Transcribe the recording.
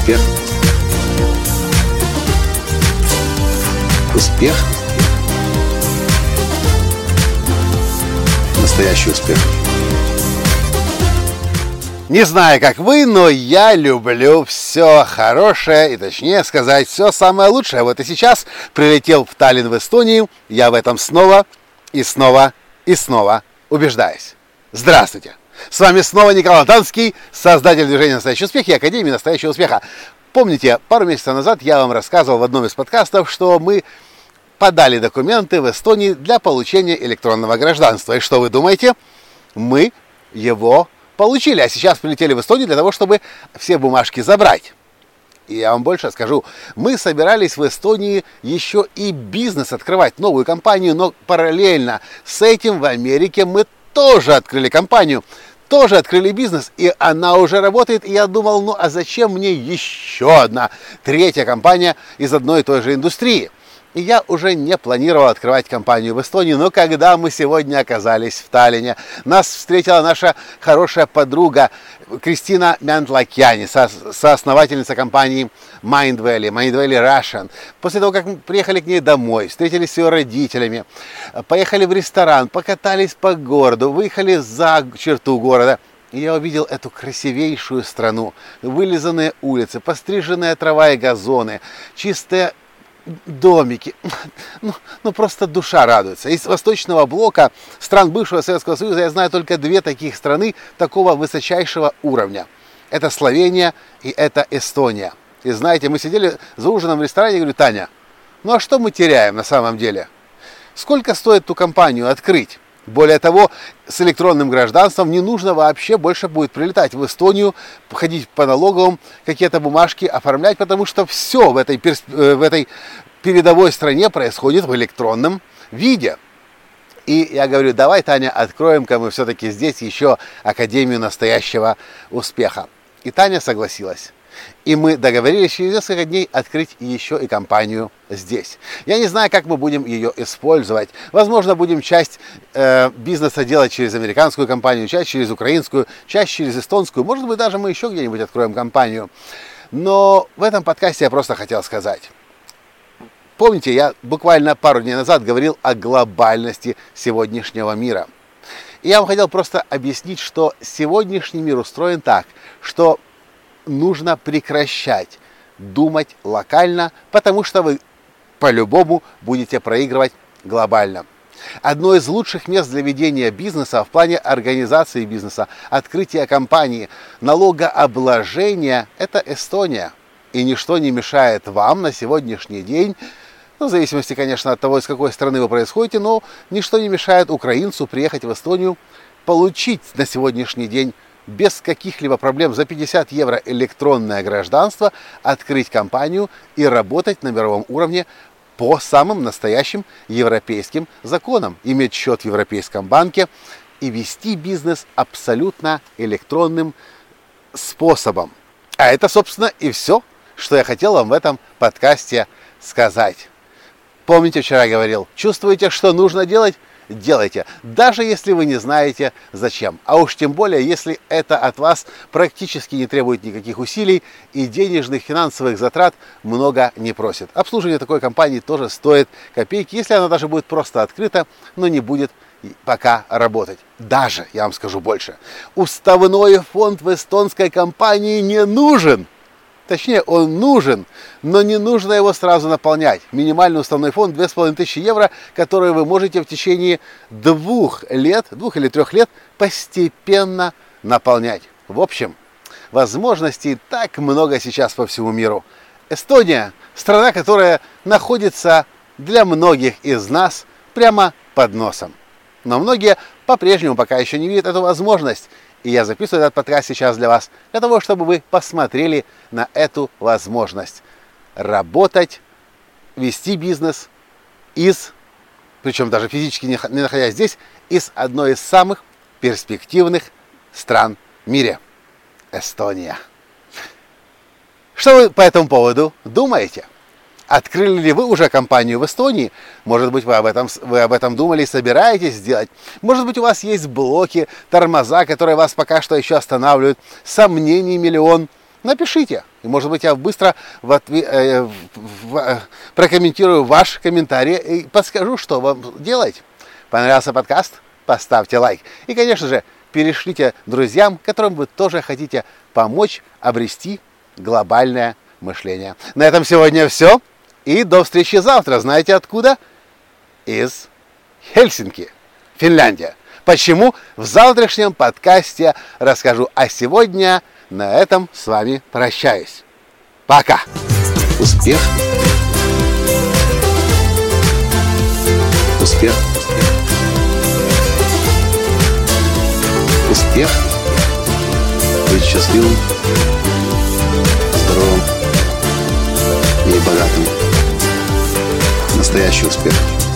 Успех. Успех. Настоящий успех. Не знаю, как вы, но я люблю все хорошее, и точнее сказать, все самое лучшее. Вот и сейчас прилетел в Таллин, в Эстонию. Я в этом снова и снова и снова убеждаюсь. Здравствуйте! С вами снова Николай Танский, создатель движения «Настоящий успех» и Академии «Настоящего успеха». Помните, пару месяцев назад я вам рассказывал в одном из подкастов, что мы подали документы в Эстонии для получения электронного гражданства. И что вы думаете? Мы его получили, а сейчас прилетели в Эстонию для того, чтобы все бумажки забрать. И я вам больше скажу, мы собирались в Эстонии еще и бизнес открывать, новую компанию, но параллельно с этим в Америке мы тоже открыли компанию, тоже открыли бизнес, и она уже работает. И я думал, ну а зачем мне еще одна, третья компания из одной и той же индустрии? И я уже не планировал открывать компанию в Эстонии, но когда мы сегодня оказались в Таллине, нас встретила наша хорошая подруга Кристина Мянтлакяни, соосновательница компании Mindvalley Russian. После того, как мы приехали к ней домой, встретились с ее родителями, поехали в ресторан, покатались по городу, выехали за черту города, и я увидел эту красивейшую страну, вылизанные улицы, постриженная трава и газоны, чистые домики, ну просто душа радуется. Из восточного блока стран бывшего Советского Союза я знаю только две таких страны такого высочайшего уровня. Это Словения и это Эстония. И знаете, мы сидели за ужином в ресторане, и говорю: Таня, ну а что мы теряем на самом деле? Сколько стоит ту компанию открыть? Более того, с электронным гражданством не нужно вообще больше будет прилетать в Эстонию, ходить по налоговым, какие-то бумажки оформлять, потому что все в этой передовой стране происходит в электронном виде. И я говорю: давай, Таня, откроем-ка мы все-таки здесь еще Академию настоящего успеха. И Таня согласилась. И мы договорились через несколько дней открыть еще и компанию здесь. Я не знаю, как мы будем ее использовать. Возможно, будем часть бизнеса делать через американскую компанию, часть через украинскую, часть через эстонскую. Может быть, даже мы еще где-нибудь откроем компанию. Но в этом подкасте я просто хотел сказать. Помните, я буквально пару дней назад говорил о глобальности сегодняшнего мира. И я вам хотел просто объяснить, что сегодняшний мир устроен так, что нужно прекращать думать локально, потому что вы по-любому будете проигрывать глобально. Одно из лучших мест для ведения бизнеса в плане организации бизнеса, открытия компании, налогообложения – это Эстония. И ничто не мешает вам на сегодняшний день, в зависимости, конечно, от того, из какой страны вы происходите, но ничто не мешает украинцу приехать в Эстонию, получить на сегодняшний день без каких-либо проблем за 50 евро электронное гражданство, открыть компанию и работать на мировом уровне по самым настоящим европейским законам, иметь счет в Европейском банке и вести бизнес абсолютно электронным способом. А это, собственно, и все, что я хотел вам в этом подкасте сказать. Помните, вчера говорил, чувствуете, что нужно делать? Делайте, даже если вы не знаете зачем. А уж тем более, если это от вас практически не требует никаких усилий и денежных финансовых затрат много не просит. Обслуживание такой компании тоже стоит копейки, если она даже будет просто открыта, но не будет пока работать. Даже, я вам скажу больше, уставной фонд в эстонской компании не нужен. Точнее, он нужен, но не нужно его сразу наполнять. Минимальный уставной фонд 2500 евро, который вы можете в течение 2 или 3 лет постепенно наполнять. В общем, возможностей так много сейчас по всему миру. Эстония – страна, которая находится для многих из нас прямо под носом. Но многие по-прежнему пока еще не видят эту возможность. И я записываю этот подкаст сейчас для вас, для того, чтобы вы посмотрели на эту возможность. Работать, вести бизнес причем даже физически не находясь здесь, из одной из самых перспективных стран в мире. Эстония. Что вы по этому поводу думаете? Открыли ли вы уже компанию в Эстонии? Может быть, вы об этом думали и собираетесь сделать? Может быть, у вас есть блоки, тормоза, которые вас пока что еще останавливают, сомнений миллион? Напишите. И, может быть, я быстро прокомментирую ваш комментарий и подскажу, что вам делать. Понравился подкаст? Поставьте лайк. И, конечно же, перешлите друзьям, которым вы тоже хотите помочь обрести глобальное мышление. На этом сегодня все. И до встречи завтра. Знаете откуда? Из Хельсинки, Финляндия. Почему? В завтрашнем подкасте расскажу. А сегодня на этом с вами прощаюсь. Пока! Успех! Успех! Успех! Быть счастливым, здоровым и богатым. Настоящий успех!